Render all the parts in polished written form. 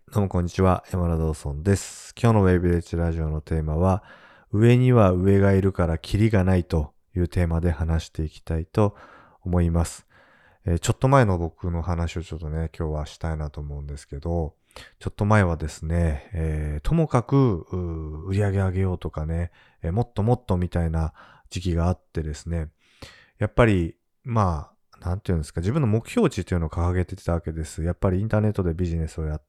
どうもこんにちは、山田道尊です。今日のウェイビレッジラジオのテーマは、上には上がいるからキリがないというテーマで話していきたいと思います。ちょっと前の僕の話をちょっとね、今日はしたいなと思うんですけど、ちょっと前はですね、ともかく売り上げ上げようとかね、もっともっとみたいな時期があってですね、やっぱり、なんていうんですか、自分の目標値というのを掲げてたわけです。やっぱりインターネットでビジネスをやって、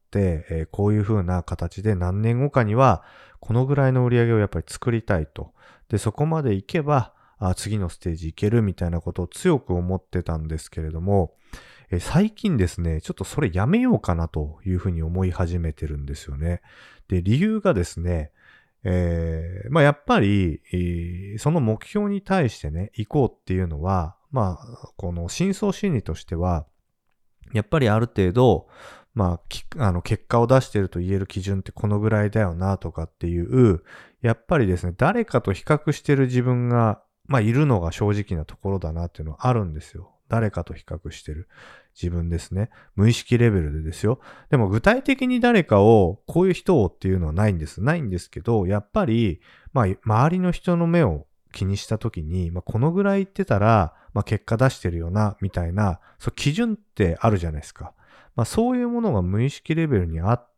こういう風な形で何年後かには、このぐらいの売り上げをやっぱり作りたいと。で、そこまで行けば、次のステージ行けるみたいなことを強く思ってたんですけれども、最近ですね、ちょっとそれやめようかなというふうに思い始めてるんですよね。で、理由がですね、やっぱり、その目標に対してね、行こうっていうのは、この深層心理としては、やっぱりある程度、結果を出していると言える基準ってこのぐらいだよなとかっていう、やっぱりですね、誰かと比較してる自分が、いるのが正直なところだなっていうのはあるんですよ。誰かと比較してる自分ですね。無意識レベルでですよ。でも具体的に誰かを、こういう人をっていうのはないんです。ないんですけど、やっぱり、周りの人の目を気にしたときに、このぐらい言ってたら、結果出してるよな、みたいな、そう、基準ってあるじゃないですか。そういうものが無意識レベルにあって、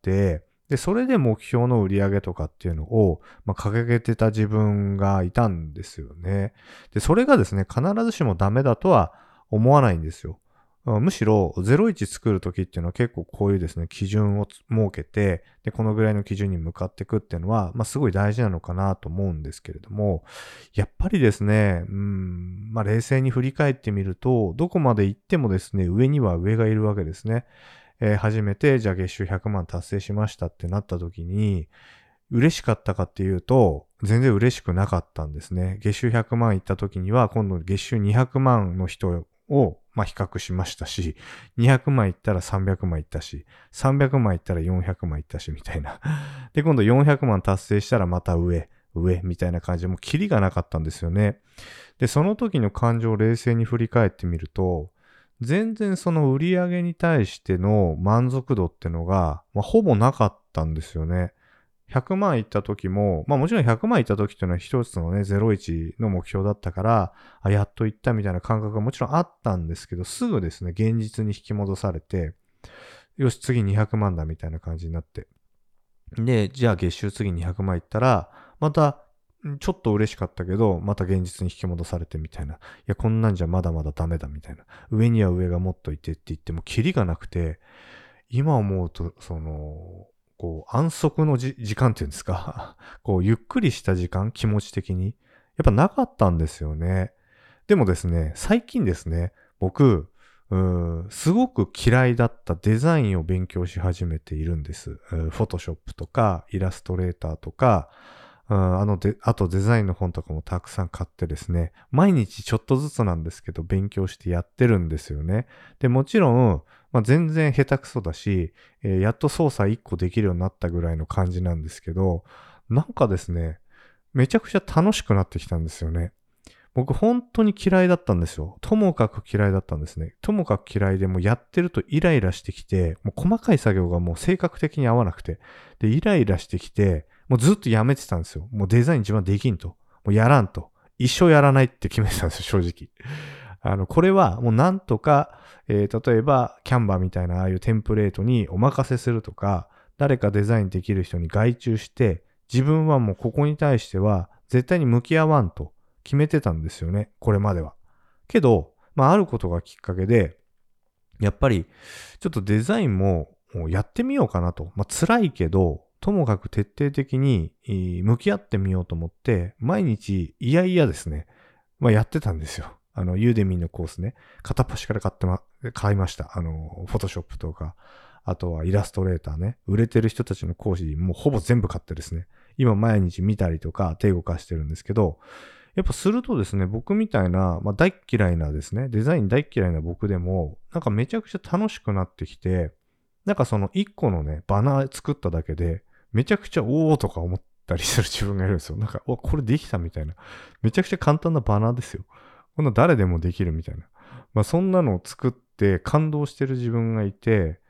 で、それで目標の売り上げとかっていうのを、掲げてた自分がいたんですよね。で、それがですね、必ずしもダメだとは思わないんですよ。むしろ、01作るときっていうのは結構こういうですね、基準を設けて、で、このぐらいの基準に向かっていくっていうのは、すごい大事なのかなと思うんですけれども、やっぱりですね、冷静に振り返ってみると、どこまで行ってもですね、上には上がいるわけですね。初めて、じゃあ月収100万達成しましたってなった時に、嬉しかったかっていうと、全然嬉しくなかったんですね。月収100万いった時には、今度月収200万の人を、比較しましたし、200万いったら300万いったし、300万いったら400万いったし、みたいな。で、今度400万達成したらまた上、みたいな感じで、もうキリがなかったんですよね。で、その時の感情を冷静に振り返ってみると、全然その売り上げに対しての満足度ってのが、ほぼなかったんですよね。100万いった時も、もちろん100万いった時っていうのは一つのね、01の目標だったから、やっといったみたいな感覚がもちろんあったんですけど、すぐですね、現実に引き戻されて、よし、次200万だみたいな感じになって。で、じゃあ月収次200万いったら、また、ちょっと嬉しかったけど、また現実に引き戻されてみたいな。いや、こんなんじゃまだまだダメだみたいな。上には上がもっといてって言っても、キリがなくて、今思うと、安息の時間っていうんですか。ゆっくりした時間、気持ち的に。やっぱなかったんですよね。でもですね、最近ですね、僕、すごく嫌いだったデザインを勉強し始めているんです。フォトショップとか、イラストレーターとか、あとデザインの本とかもたくさん買ってですね、毎日ちょっとずつなんですけど、勉強してやってるんですよね。で、もちろん、全然下手くそだし、やっと操作1個できるようになったぐらいの感じなんですけど、なんかですね、めちゃくちゃ楽しくなってきたんですよね。僕本当に嫌いだったんですよ。ともかく嫌いだったんですね。ともかく嫌いでもうやってるとイライラしてきて、もう細かい作業がもう性格的に合わなくて、で、イライラしてきて、もうずっとやめてたんですよ。もうデザイン自分はできんと。もうやらんと。一生やらないって決めてたんですよ、正直。これはもうなんとか、例えば、キャンバーみたいなああいうテンプレートにお任せするとか、誰かデザインできる人に外注して、自分はもうここに対しては絶対に向き合わんと決めてたんですよね、これまでは。けど、あることがきっかけで、やっぱり、ちょっとデザインもやってみようかなと。辛いけど、ともかく徹底的に向き合ってみようと思って、毎日いやいやですね、やってたんですよ。ユーデミーのコースね、片っ端から買いました。フォトショップとか、あとはイラストレーターね、売れてる人たちの講師、もうほぼ全部買ってですね、今毎日見たりとか手動かしてるんですけど、やっぱするとですね、僕みたいな、大っ嫌いなですね、デザイン大っ嫌いな僕でも、なんかめちゃくちゃ楽しくなってきて、なんかその一個のね、バナー作っただけで、めちゃくちゃおーとか思ったりする自分がいるんですよ。なんか、これできたみたいな。めちゃくちゃ簡単なバナーですよ。こんな誰でもできるみたいな。そんなのを作って感動してる自分がいて、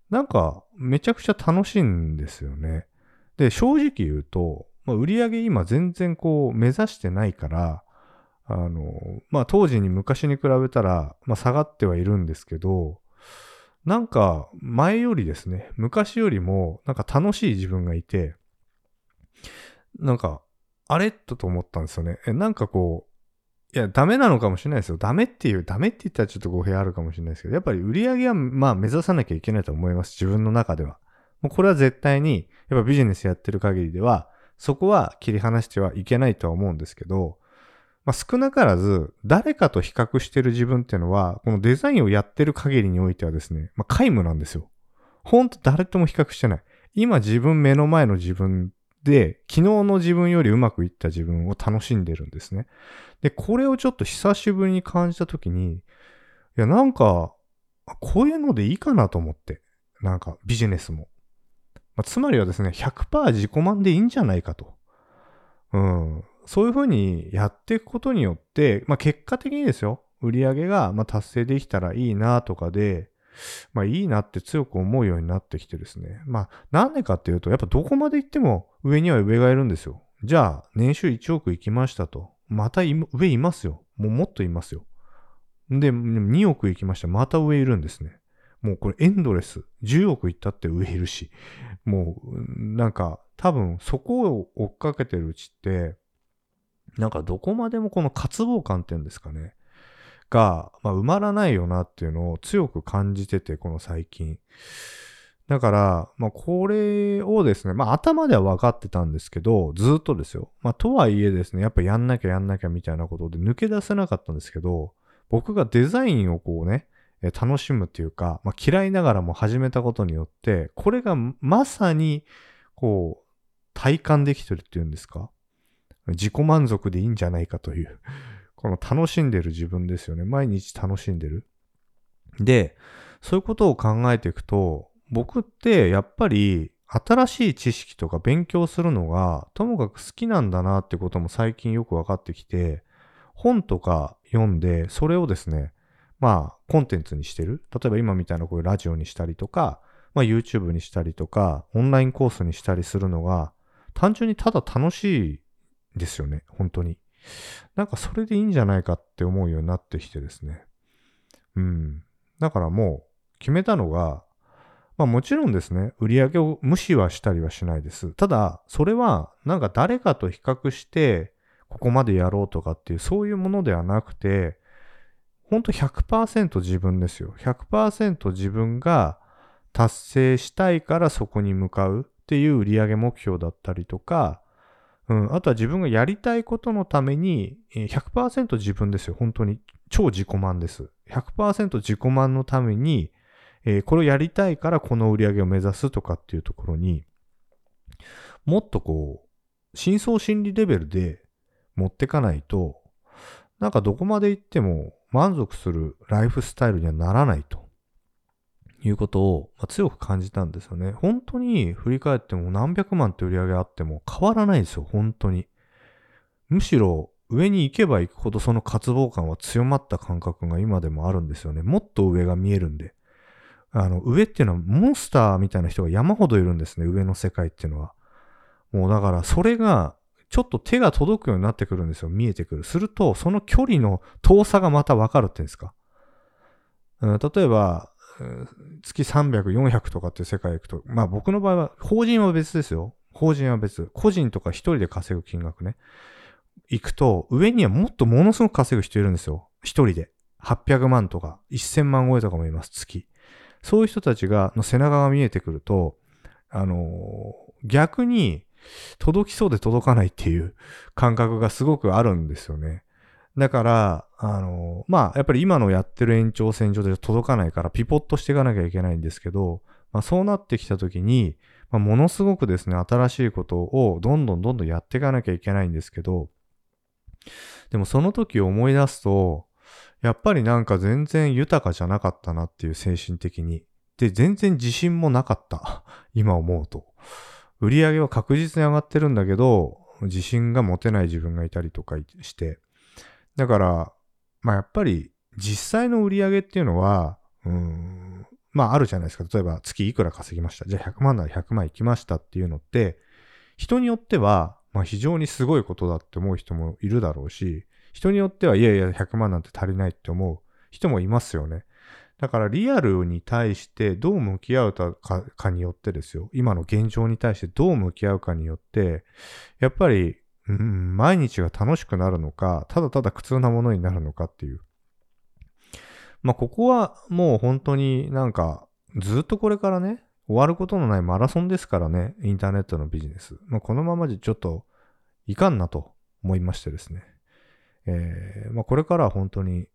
なんかめちゃくちゃ楽しいんですよね。で、正直言うと、売り上げ今全然こう目指してないから、当時に昔に比べたら、下がってはいるんですけど、なんか前よりですね、昔よりもなんか楽しい自分がいて、なんか、あれと思ったんですよね。なんかこう、いや、ダメなのかもしれないですよ。ダメって言ったらちょっと語弊あるかもしれないですけど、やっぱり売り上げは目指さなきゃいけないと思います。自分の中では。もうこれは絶対に、やっぱビジネスやってる限りでは、そこは切り離してはいけないとは思うんですけど、少なからず、誰かと比較してる自分っていうのは、このデザインをやってる限りにおいてはですね、皆無なんですよ。ほんと誰とも比較してない。今目の前の自分で、昨日の自分よりうまくいった自分を楽しんでるんですね。で、これをちょっと久しぶりに感じたときに、いや、なんか、こういうのでいいかなと思って。なんか、ビジネスも。つまりはですね、100% 自己満でいいんじゃないかと。うん。そういうふうにやっていくことによって、結果的にですよ、売り上げが達成できたらいいなとかで、いいなって強く思うようになってきてですね。なんでかっていうと、やっぱどこまで行っても上には上がいるんですよ。じゃあ、年収1億行きましたと。また上いますよ。もっといますよ。で、2億行きました。また上いるんですね。もうこれエンドレス。10億行ったって上いるし。もう、なんか、多分そこを追っかけてるうちって、なんかどこまでもこの渇望感っていうんですかね。が、埋まらないよなっていうのを強く感じてて、この最近。だから、これをですね、頭では分かってたんですけど、ずっとですよ。とはいえですね、やっぱやんなきゃみたいなことで抜け出せなかったんですけど、僕がデザインをこうね、楽しむっていうか、嫌いながらも始めたことによって、これがまさに、こう、体感できてるっていうんですか？自己満足でいいんじゃないかというこの楽しんでる自分ですよね。毎日楽しんでる。で、そういうことを考えていくと、僕ってやっぱり新しい知識とか勉強するのがともかく好きなんだなってことも最近よく分かってきて、本とか読んで、それをですね、コンテンツにしてる。例えば今みたいなこういうラジオにしたりとか、YouTube にしたりとか、オンラインコースにしたりするのが、単純にただ楽しいですよね。本当に。なんかそれでいいんじゃないかって思うようになってきてですね。うん。だからもう決めたのが、もちろんですね、売り上げを無視はしたりはしないです。ただ、それはなんか誰かと比較して、ここまでやろうとかっていうそういうものではなくて、ほんと 100% 自分ですよ。100% 自分が達成したいからそこに向かうっていう売上目標だったりとか、あとは自分がやりたいことのために100% 自分ですよ。本当に超自己満です。100% 自己満のために、これをやりたいからこの売り上げを目指すとかっていうところに、もっとこう、深層心理レベルで持ってかないと、なんかどこまで行っても満足するライフスタイルにはならないということを、強く感じたんですよね。本当に振り返っても何百万って売り上げあっても変わらないですよ、本当に。むしろ上に行けば行くほどその渇望感は強まった感覚が今でもあるんですよね。もっと上が見えるんで。上っていうのはモンスターみたいな人が山ほどいるんですね、上の世界っていうのは。もうだからそれがちょっと手が届くようになってくるんですよ、見えてくる。すると、その距離の遠さがまたわかるっていうんですか。例えば、月300、400とかっていう世界行くと、僕の場合は、法人は別ですよ。法人は別。個人とか一人で稼ぐ金額ね。行くと、上にはもっとものすごく稼ぐ人いるんですよ。一人で。800万とか、1000万超えとかもいます、月。そういう人たちの背中が見えてくると、逆に届きそうで届かないっていう感覚がすごくあるんですよね。だから、やっぱり今のやってる延長線上で届かないからピポッとしていかなきゃいけないんですけど、そうなってきたときに、ものすごくですね、新しいことをどんどんやっていかなきゃいけないんですけど、でもその時を思い出すと、やっぱりなんか全然豊かじゃなかったなっていう精神的に。で、全然自信もなかった。今思うと。売り上げは確実に上がってるんだけど、自信が持てない自分がいたりとかして。だから、やっぱり実際の売り上げっていうのは、 あるじゃないですか。例えば月いくら稼ぎました。じゃあ100万なら100万いきましたっていうのって、人によっては、非常にすごいことだって思う人もいるだろうし、人によってはいやいや100万なんて足りないって思う人もいますよね。だからリアルに対してどう向き合うかによってですよ。今の現状に対してどう向き合うかによって、やっぱり、毎日が楽しくなるのか、ただただ苦痛なものになるのかっていう。ここはもう本当にずっとこれからね、終わることのないマラソンですからね、インターネットのビジネス。このままじゃちょっといかんなと思いましてですね。これからは本当に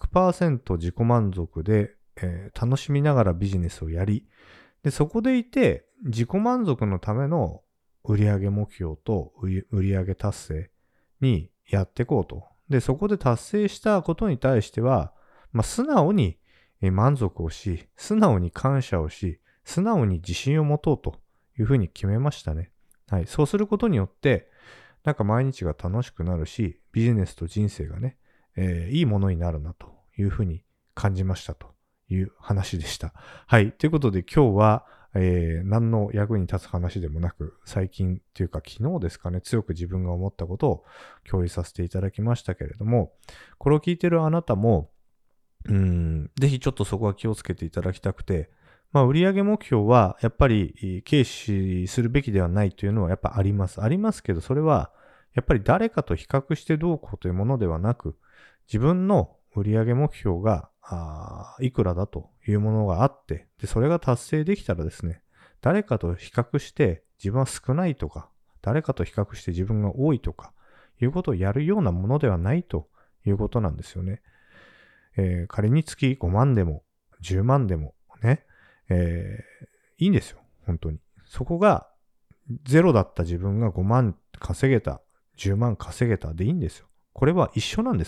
100% 自己満足で、楽しみながらビジネスをやり、で、そこでいて自己満足のための売上目標と売上達成にやっていこうと。で、そこで達成したことに対しては、素直に満足をし、素直に感謝をし、素直に自信を持とうというふうに決めましたね。はい。そうすることによって、毎日が楽しくなるし、ビジネスと人生がね、いいものになるなというふうに感じましたという話でした。はい。ということで今日は、何の役に立つ話でもなく、最近っていうか昨日ですかね、強く自分が思ったことを共有させていただきましたけれども、これを聞いてるあなたも、ぜひちょっとそこは気をつけていただきたくて、売上目標はやっぱり軽視するべきではないというのはやっぱあります。ありますけど、それはやっぱり誰かと比較してどうこうというものではなく、自分の売上目標がいくらだというものがあって、で、それが達成できたらですね、誰かと比較して自分は少ないとか、誰かと比較して自分が多いとか、いうことをやるようなものではないということなんですよね。仮に月5万でも10万でもね、いいんですよ。本当に。そこがゼロだった自分が5万稼げた、10万稼げたでいいんですよ。これは一緒なんです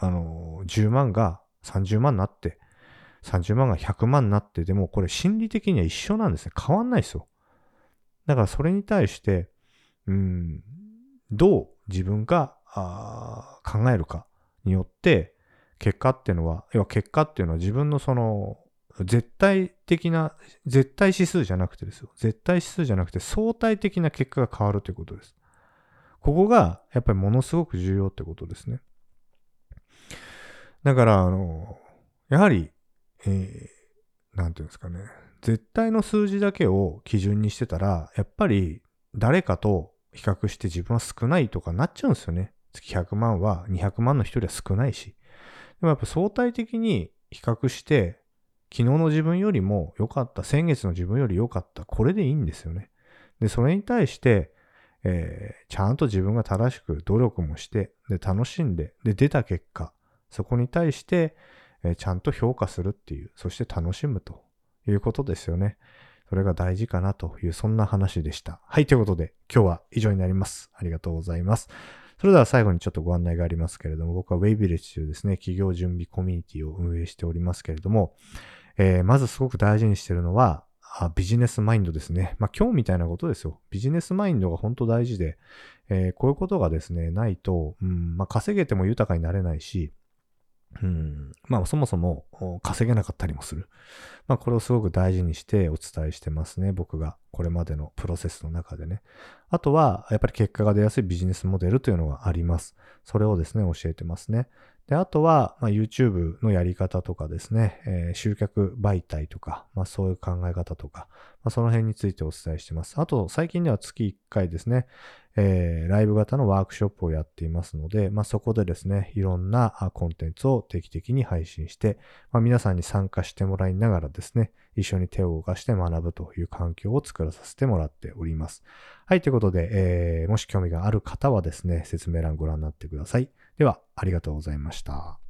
。10万が30万になって、30万が100万になって、でもこれ心理的には一緒なんですね。変わんないですよ。だからそれに対して、どう自分が考えるかによって、結果っていうのは自分のその絶対指数じゃなくてですよ。絶対指数じゃなくて相対的な結果が変わるということです。ここがやっぱりものすごく重要ってことですね。だから、やはり、なんていうんですかね。絶対の数字だけを基準にしてたら、やっぱり誰かと比較して自分は少ないとかなっちゃうんですよね。月100万は200万の人よりは少ないし。でもやっぱ相対的に比較して、昨日の自分よりも良かった、先月の自分より良かった、これでいいんですよね。で、それに対して、ちゃんと自分が正しく努力もして、で、楽しんで、で、出た結果、そこに対して、ちゃんと評価するっていう、そして楽しむということですよね。それが大事かなという、そんな話でした。はい、ということで、今日は以上になります。ありがとうございます。それでは最後にちょっとご案内がありますけれども、僕は Waybillage というですね、企業準備コミュニティを運営しておりますけれども、まずすごく大事にしているのは、ビジネスマインドですね。今日みたいなことですよ。ビジネスマインドが本当大事で、こういうことがですね、ないと、稼げても豊かになれないし、そもそも稼げなかったりもする。これをすごく大事にしてお伝えしてますね。僕がこれまでのプロセスの中でね。あとは、やっぱり結果が出やすいビジネスモデルというのがあります。それをですね、教えてますね。で、あとは、YouTube のやり方とかですね、集客媒体とか、そういう考え方とか、その辺についてお伝えしてます。あと、最近では月1回ですね、ライブ型のワークショップをやっていますので、そこでですね、いろんなコンテンツを定期的に配信して、皆さんに参加してもらいながらですね、一緒に手を動かして学ぶという環境を作らさせてもらっております。はい、ということで、もし興味がある方はですね、説明欄ご覧になってください。では、ありがとうございました。